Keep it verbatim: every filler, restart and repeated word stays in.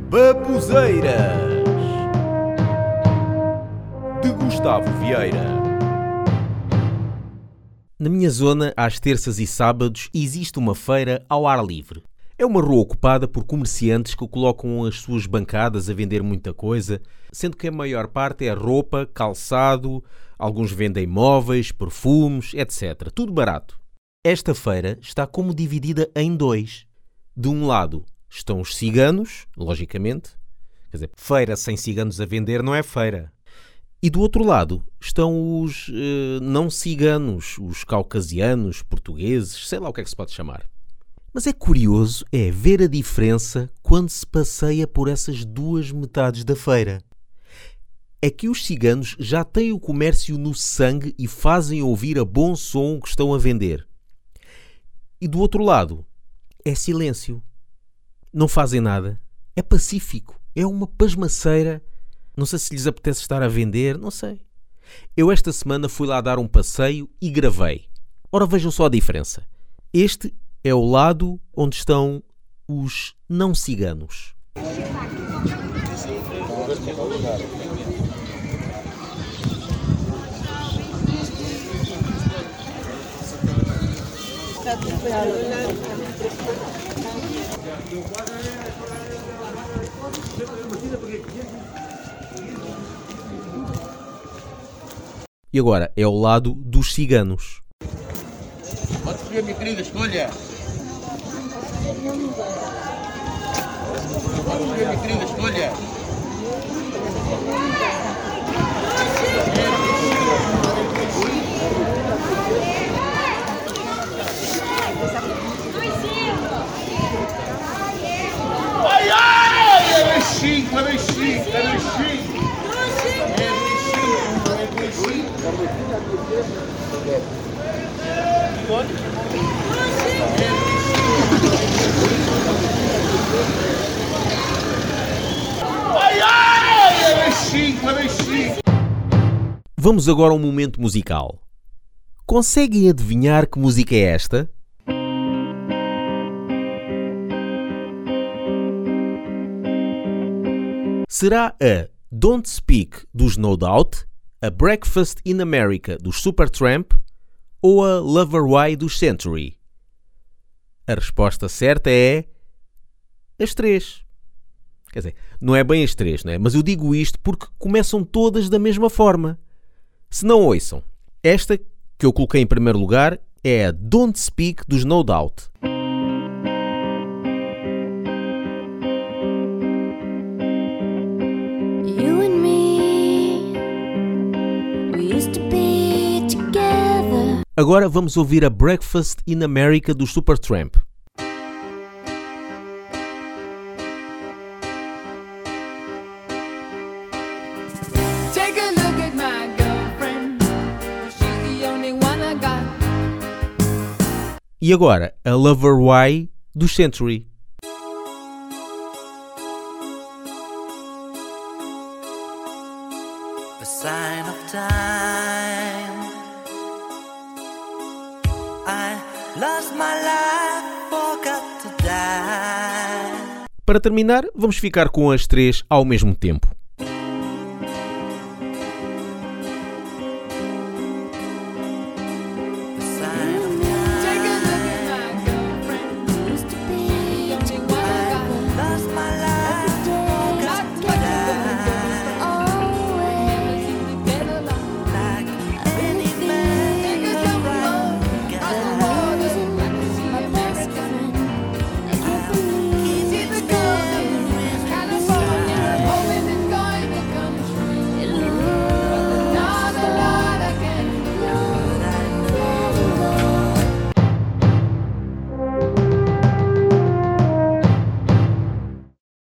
Babuzeiras de Gustavo Vieira. Na minha zona, às terças e sábados, existe uma feira ao ar livre. É uma rua ocupada por comerciantes que colocam as suas bancadas a vender muita coisa, sendo que a maior parte é roupa, calçado, alguns vendem móveis, perfumes, etcétera. Tudo barato. Esta feira está como dividida em dois. De um lado estão os ciganos, logicamente. Quer dizer, feira sem ciganos a vender não é feira. E do outro lado estão os eh, não ciganos, os caucasianos, portugueses, sei lá o que é que se pode chamar. Mas é curioso é ver a diferença quando se passeia por essas duas metades da feira. É que os ciganos já têm o comércio no sangue e fazem ouvir a bom som o que estão a vender. E do outro lado é silêncio. Não fazem nada. É pacífico. É uma pasmaceira. Não sei se lhes apetece estar a vender, não sei. Eu esta semana fui lá dar um passeio e gravei. Ora, vejam só a diferença. Este é o lado onde estão os não ciganos. E agora é o lado dos ciganos. Pode escolher, minha querida, escolha. Pode escolher, minha querida, escolha. Ai, ai! É beijinho, é beijinho, é beijinho. Ai, ai, é beijinho, é beijinho. Vamos agora a um momento musical. Conseguem adivinhar que música é esta? Será a Don't Speak dos No Doubt, a Breakfast in America dos Supertramp ou a Lover Why dos Century? A resposta certa é as três. Quer dizer, não é bem as três, não é? Mas eu digo isto porque começam todas da mesma forma. Se não ouçam, esta que eu coloquei em primeiro lugar é a Don't Speak dos No Doubt. Agora vamos ouvir a Breakfast in America dos Supertramp. E agora a Lover Why dos Century. A sign of time. I lost my life, forgot to die. Para terminar, vamos ficar com as três ao mesmo tempo.